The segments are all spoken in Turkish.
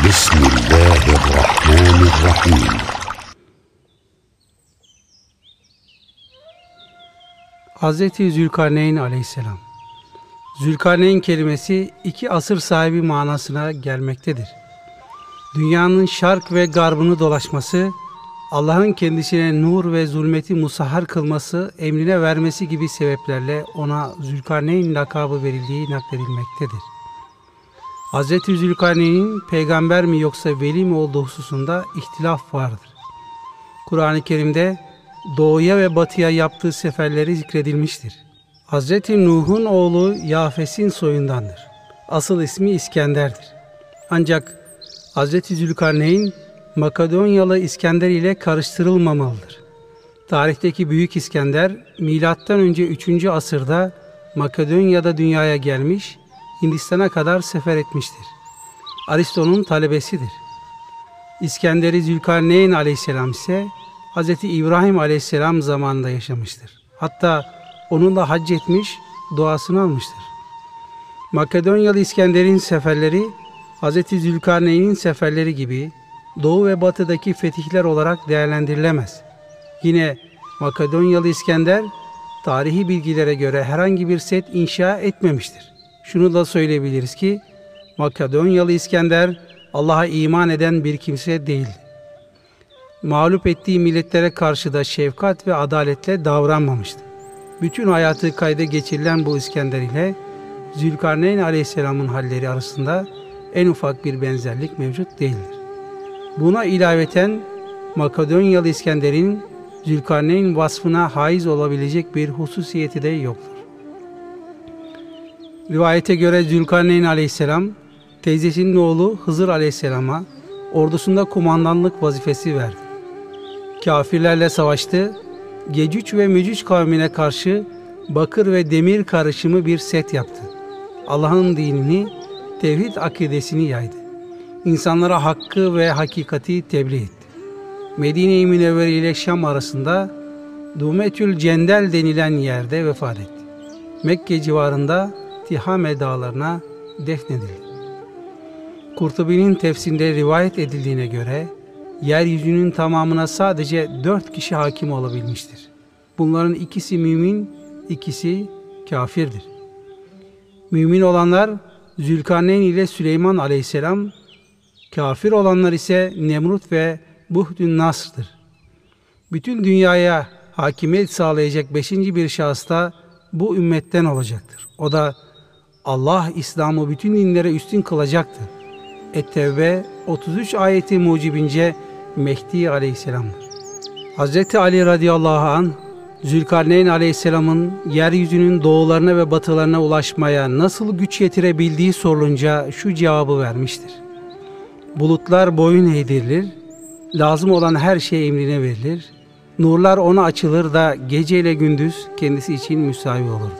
Bismillahirrahmanirrahim. Hazreti Zülkarneyn aleyhisselam. Zülkarneyn kelimesi 2 asır sahibi manasına gelmektedir. Dünyanın şark ve garbını dolaşması, Allah'ın kendisine nur ve zulmeti musahhar kılması, emrine vermesi gibi sebeplerle ona Zülkarneyn lakabı verildiği nakledilmektedir. Hazreti Zülkarneyn'in peygamber mi yoksa veli mi olduğu hususunda ihtilaf vardır. Kur'an-ı Kerim'de doğuya ve batıya yaptığı seferleri zikredilmiştir. Hazreti Nuh'un oğlu Yafes'in soyundandır. Asıl ismi İskender'dir. Ancak Hazreti Zülkarneyn Makedonyalı İskender ile karıştırılmamalıdır. Tarihteki Büyük İskender M.Ö. 3. asırda Makedonya'da dünyaya gelmiş, Hindistan'a kadar sefer etmiştir. Aristo'nun talebesidir. İskender-i Zülkarneyn aleyhisselam ise Hz. İbrahim aleyhisselam zamanında yaşamıştır. Hatta onunla hac etmiş, duasını almıştır. Makedonyalı İskender'in seferleri Hz. Zülkarneyn'in seferleri gibi Doğu ve Batı'daki fetihler olarak değerlendirilemez. Yine Makedonyalı İskender tarihi bilgilere göre herhangi bir set inşa etmemiştir. Şunu da söyleyebiliriz ki Makedonyalı İskender Allah'a iman eden bir kimse değildi. Mağlup ettiği milletlere karşı da şefkat ve adaletle davranmamıştı. Bütün hayatı kayda geçirilen bu İskender ile Zülkarneyn aleyhisselamın halleri arasında en ufak bir benzerlik mevcut değildir. Buna ilaveten Makedonyalı İskender'in Zülkarneyn vasfına haiz olabilecek bir hususiyeti de yoktur. Rivayete göre Zülkarneyn aleyhisselam teyzesinin oğlu Hızır aleyhisselama ordusunda kumandanlık vazifesi verdi. Kafirlerle savaştı, Gecüc ve Mecüc kavmine karşı bakır ve demir karışımı bir set yaptı. Allah'ın dinini, tevhid akidesini yaydı. İnsanlara hakkı ve hakikati tebliğ etti. Medine-i Münevvere ile Şam arasında Dumetül Cendel denilen yerde vefat etti. Mekke civarında Tihame dağlarına defnedildi. Kurtubi'nin tefsirinde rivayet edildiğine göre yeryüzünün tamamına sadece 4 kişi hakim olabilmiştir. Bunların ikisi mümin, ikisi kafirdir. Mümin olanlar Zülkarneyn ile Süleyman aleyhisselam, kafir olanlar ise Nemrut ve Buhdün Nasr'dır. Bütün dünyaya hakimiyet sağlayacak 5. bir şahıs da bu ümmetten olacaktır. O da Allah İslam'ı bütün dinlere üstün kılacaktır. Et-Tevbe 33 ayeti mucibince Mehdi aleyhisselamdır. Hz. Ali radıyallahu anh Zülkarneyn aleyhisselamın yeryüzünün doğularına ve batılarına ulaşmaya nasıl güç yetirebildiği sorulunca şu cevabı vermiştir. Bulutlar boyun eğdirilir, lazım olan her şey emrine verilir, nurlar ona açılır da gece ile gündüz kendisi için müsavi olurdu.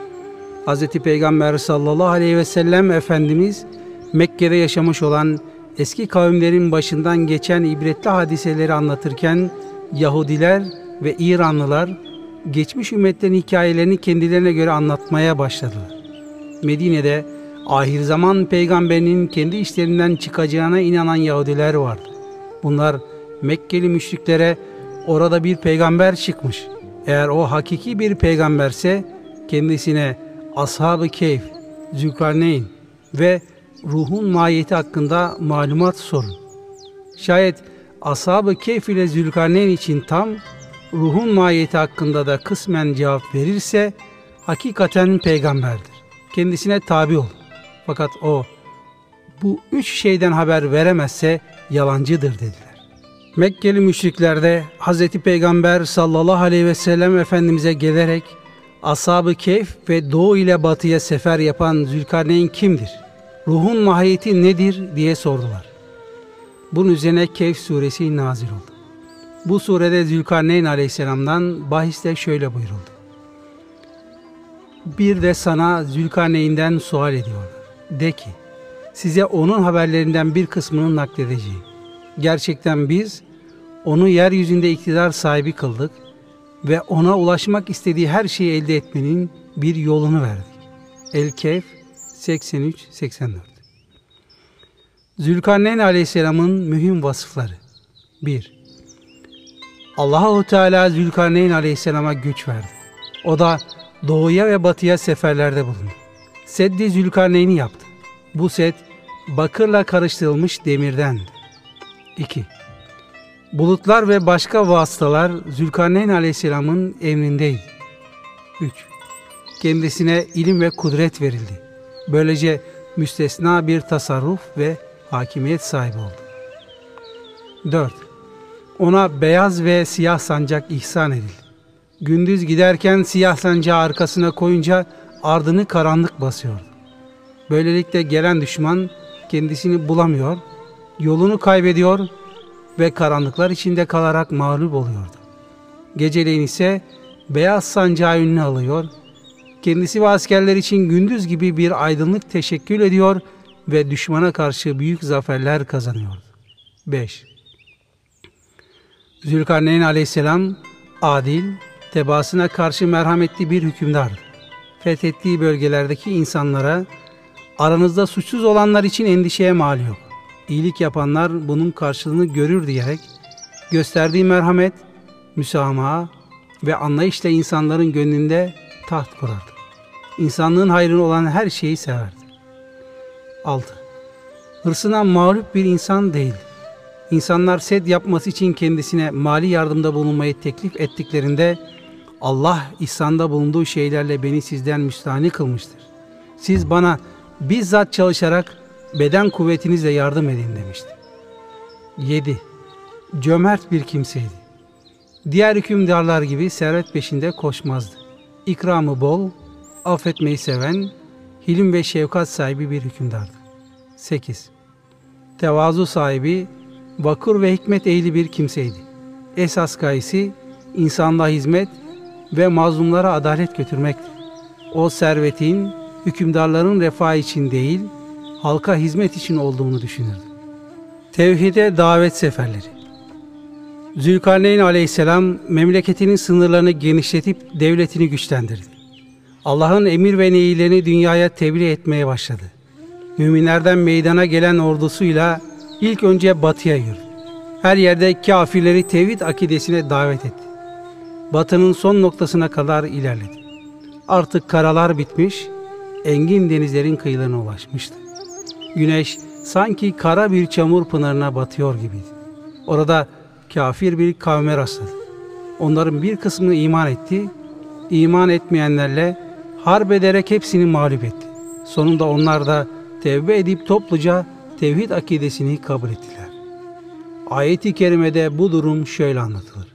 Hz. Peygamber sallallahu aleyhi ve sellem Efendimiz Mekke'de yaşamış olan eski kavimlerin başından geçen ibretli hadiseleri anlatırken Yahudiler ve İranlılar geçmiş ümmetlerin hikayelerini kendilerine göre anlatmaya başladılar. Medine'de ahir zaman peygamberinin kendi işlerinden çıkacağına inanan Yahudiler vardı. Bunlar Mekkeli müşriklere orada bir peygamber çıkmış, eğer o hakiki bir peygamberse kendisine Ashab-ı Kehf, Zülkarneyn ve ruhun mahiyeti hakkında malumat sorun. Şayet Ashab-ı Kehf ile Zülkarneyn için tam, ruhun mahiyeti hakkında da kısmen cevap verirse hakikaten peygamberdir. Kendisine tabi ol. Fakat o bu 3 şeyden haber veremezse yalancıdır dediler. Mekkeli müşrikler de Hz. Peygamber sallallahu aleyhi ve sellem Efendimiz'e gelerek Ashab-ı Kehf ve doğu ile batıya sefer yapan Zülkarneyn kimdir? Ruhun mahiyeti nedir diye sordular. Bunun üzerine Kehf suresi nazil oldu. Bu surede Zülkarneyn aleyhisselamdan bahiste şöyle buyuruldu. Bir de sana Zülkarneyn'den sual ediyorlar. De ki, size onun haberlerinden bir kısmını nakledeceğim. Gerçekten biz onu yeryüzünde iktidar sahibi kıldık ve ona ulaşmak istediği her şeyi elde etmenin bir yolunu verdik. El-Kehf 83-84. Zülkarneyn Aleyhisselam'ın mühim vasıfları. 1. Allah-u Teala Zülkarneyn Aleyhisselam'a güç verdi. O da doğuya ve batıya seferlerde bulundu. Seddi Zülkarneyn'i yaptı. Bu set bakırla karıştırılmış demirdendi. 2. Bulutlar ve başka vasıtalar Zülkarneyn Aleyhisselam'ın emrindeydi. 3. Kendisine ilim ve kudret verildi. Böylece müstesna bir tasarruf ve hakimiyet sahibi oldu. 4. Ona beyaz ve siyah sancak ihsan edildi. Gündüz giderken siyah sancağı arkasına koyunca ardını karanlık basıyordu. Böylelikle gelen düşman kendisini bulamıyor, yolunu kaybediyor ve karanlıklar içinde kalarak mağlup oluyordu. Geceleyin ise beyaz sancağı önüne alıyor, kendisi ve askerler için gündüz gibi bir aydınlık teşekkül ediyor ve düşmana karşı büyük zaferler kazanıyordu. 5. Zülkarneyn Aleyhisselam adil, tebaasına karşı merhametli bir hükümdardı. Fethettiği bölgelerdeki insanlara aranızda suçsuz olanlar için endişeye mal yok. İyilik yapanlar bunun karşılığını görür diyerek gösterdiği merhamet, müsamaha ve anlayışla insanların gönlünde taht kurardı. İnsanlığın hayrına olan her şeyi severdi. 6. Hırsına mağlup bir insan değildi. İnsanlar sed yapması için kendisine mali yardımda bulunmayı teklif ettiklerinde Allah ihsanda bulunduğu şeylerle beni sizden müstahni kılmıştır. Siz bana bizzat çalışarak beden kuvvetinizle yardım edin demişti. 7. Cömert bir kimseydi. Diğer hükümdarlar gibi servet peşinde koşmazdı. İkramı bol, affetmeyi seven, hilim ve şefkat sahibi bir hükümdardı. 8. Tevazu sahibi, vakur ve hikmet ehli bir kimseydi. Esas gayesi insanlığa hizmet ve mazlumlara adalet götürmekti. O servetin hükümdarların refahı için değil, halka hizmet için olduğunu düşünürdü. Tevhide davet seferleri. Zülkarneyn Aleyhisselam memleketinin sınırlarını genişletip devletini güçlendirdi. Allah'ın emir ve nehirlerini dünyaya tebliğ etmeye başladı. Müminlerden meydana gelen ordusuyla ilk önce batıya yürüdü. Her yerde kafirleri tevhid akidesine davet etti. Batının son noktasına kadar ilerledi. Artık karalar bitmiş, engin denizlerin kıyılarına ulaşmıştı. Güneş sanki kara bir çamur pınarına batıyor gibiydi. Orada kafir bir kavme rastladı. Onların bir kısmını iman etti, iman etmeyenlerle harp ederek hepsini mağlup etti. Sonunda onlar da tevbe edip topluca tevhid akidesini kabul ettiler. Ayet-i kerimede bu durum şöyle anlatılır.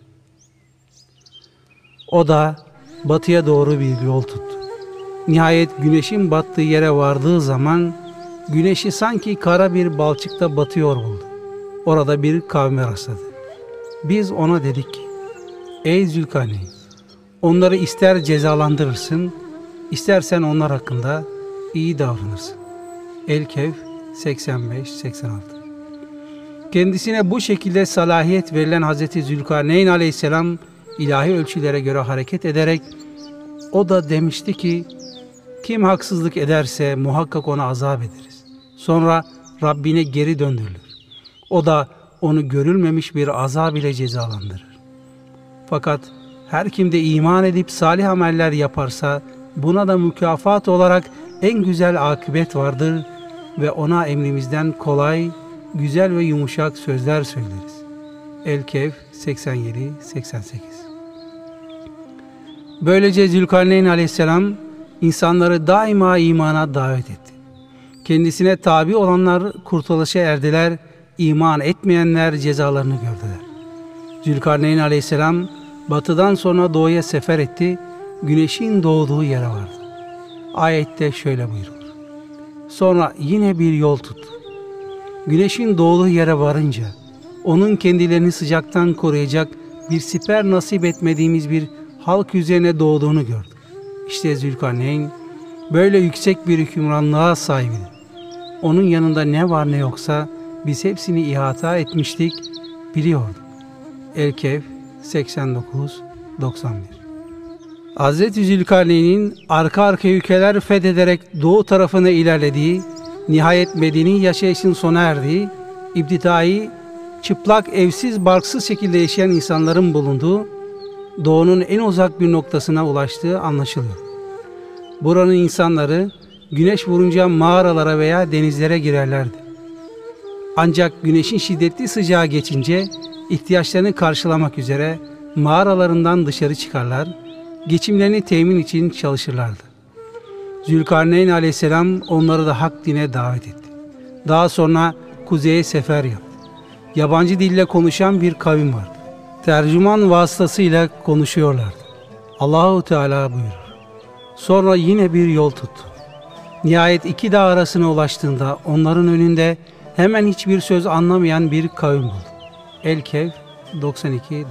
O da batıya doğru bir yol tuttu. Nihayet güneşin battığı yere vardığı zaman güneşi sanki kara bir balçıkta batıyor buldu. Orada bir kavme rastladı. Biz ona dedik ki, ey Zülkarneyn, onları ister cezalandırırsın, istersen onlar hakkında iyi davranırsın. El-Kehf 85-86. Kendisine bu şekilde salahiyet verilen Hazreti Zülkarneyn Aleyhisselam ilahi ölçülere göre hareket ederek o da demişti ki, kim haksızlık ederse muhakkak ona azap ederiz. Sonra Rabbine geri döndürülür. O da onu görülmemiş bir azab ile cezalandırır. Fakat her kim de iman edip salih ameller yaparsa buna da mükafat olarak en güzel akıbet vardır ve ona emrimizden kolay, güzel ve yumuşak sözler söyleriz. El-Kehf 87-88. Böylece Zülkarneyn Aleyhisselam insanları daima imana davet etti. Kendisine tabi olanlar kurtuluşa erdiler, iman etmeyenler cezalarını gördüler. Zülkarneyn Aleyhisselam batıdan sonra doğuya sefer etti, güneşin doğduğu yere vardı. Ayette şöyle buyurulur. Sonra yine bir yol tuttu. Güneşin doğduğu yere varınca onun kendilerini sıcaktan koruyacak bir siper nasip etmediğimiz bir halk üzerine doğduğunu gördük. İşte Zülkarneyn böyle yüksek bir hükümranlığa sahibidir. Onun yanında ne var ne yoksa biz hepsini ihata etmiştik, biliyorduk. El-Kehf 89-91. Hazreti Zülkarneyn'in arka arkaya ülkeler fethederek doğu tarafına ilerlediği Nihayet medeni yaşayışın sona erdiği, iptidai, çıplak, evsiz, barksız şekilde yaşayan insanların bulunduğu, doğunun en uzak bir noktasına ulaştığı anlaşılıyor. Buranın insanları güneş vurunca mağaralara veya denizlere girerlerdi. Ancak güneşin şiddetli sıcağı geçince ihtiyaçlarını karşılamak üzere mağaralarından dışarı çıkarlar, geçimlerini temin için çalışırlardı. Zülkarneyn aleyhisselam onları da hak dine davet etti. Daha sonra kuzeye sefer yaptı. Yabancı dille konuşan bir kavim vardı. Tercüman vasıtasıyla konuşuyorlardı. Allahu Teala buyurur. Sonra yine bir yol tuttu. Nihayet iki dağ arasına ulaştığında onların önünde hemen hiçbir söz anlamayan bir kavim buldu. El-Kehf 92-93.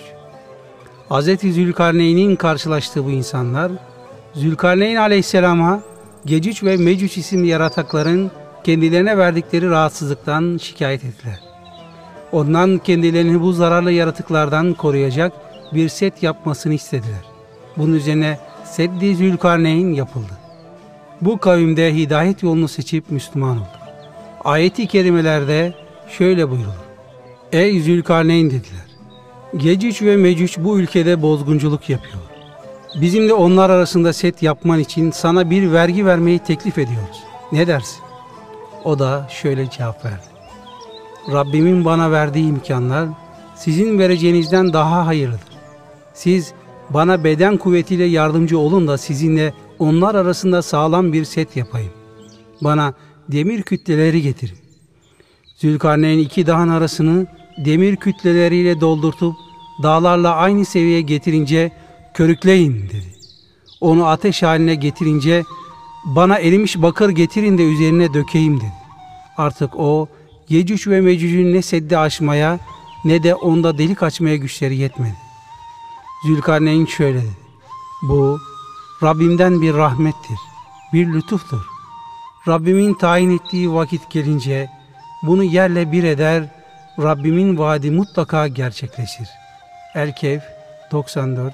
Hz. Zülkarneyn'in karşılaştığı bu insanlar, Zülkarneyn aleyhisselama Gecüc ve Mecüc isimli yaratıkların kendilerine verdikleri rahatsızlıktan şikayet ettiler. Ondan kendilerini bu zararlı yaratıklardan koruyacak bir set yapmasını istediler. Bunun üzerine Seddi Zülkarneyn yapıldı. Bu kavimde hidayet yolunu seçip Müslüman oldu. Ayet-i kerimelerde şöyle buyurulur. Ey Zülkarneyn dediler. Gecüc ve Mecüc bu ülkede bozgunculuk yapıyor. Bizim de onlar arasında set yapman için sana bir vergi vermeyi teklif ediyoruz. Ne dersin? O da şöyle cevap verdi. Rabbimin bana verdiği imkanlar sizin vereceğinizden daha hayırlıdır. Siz bana beden kuvvetiyle yardımcı olun da sizinle onlar arasında sağlam bir set yapayım. Bana demir kütleleri getirin. Zülkarneyn iki dağın arasını demir kütleleriyle doldurtup dağlarla aynı seviyeye getirince körükleyin dedi. Onu ateş haline getirince bana erimiş bakır getirin de üzerine dökeyim dedi. Artık o Yecüc ve Mecüc'ün ne seddi aşmaya ne de onda delik açmaya güçleri yetmedi. Zülkarneyn şöyle dedi. Bu Rabbimden bir rahmettir, bir lütuftur. Rabbimin tayin ettiği vakit gelince bunu yerle bir eder, Rabbimin vaadi mutlaka gerçekleşir. El-Kehf 94-98.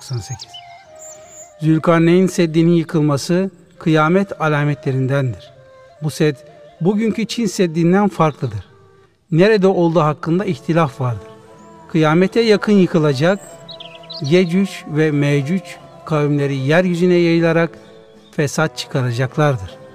Zülkarneyn Seddi'nin yıkılması kıyamet alametlerindendir. Bu sed bugünkü Çin Seddi'nden farklıdır. Nerede olduğu hakkında ihtilaf vardır. Kıyamete yakın yıkılacak, Yecüc ve Mecüc kavimleri yeryüzüne yayılarak fesat çıkaracaklardır.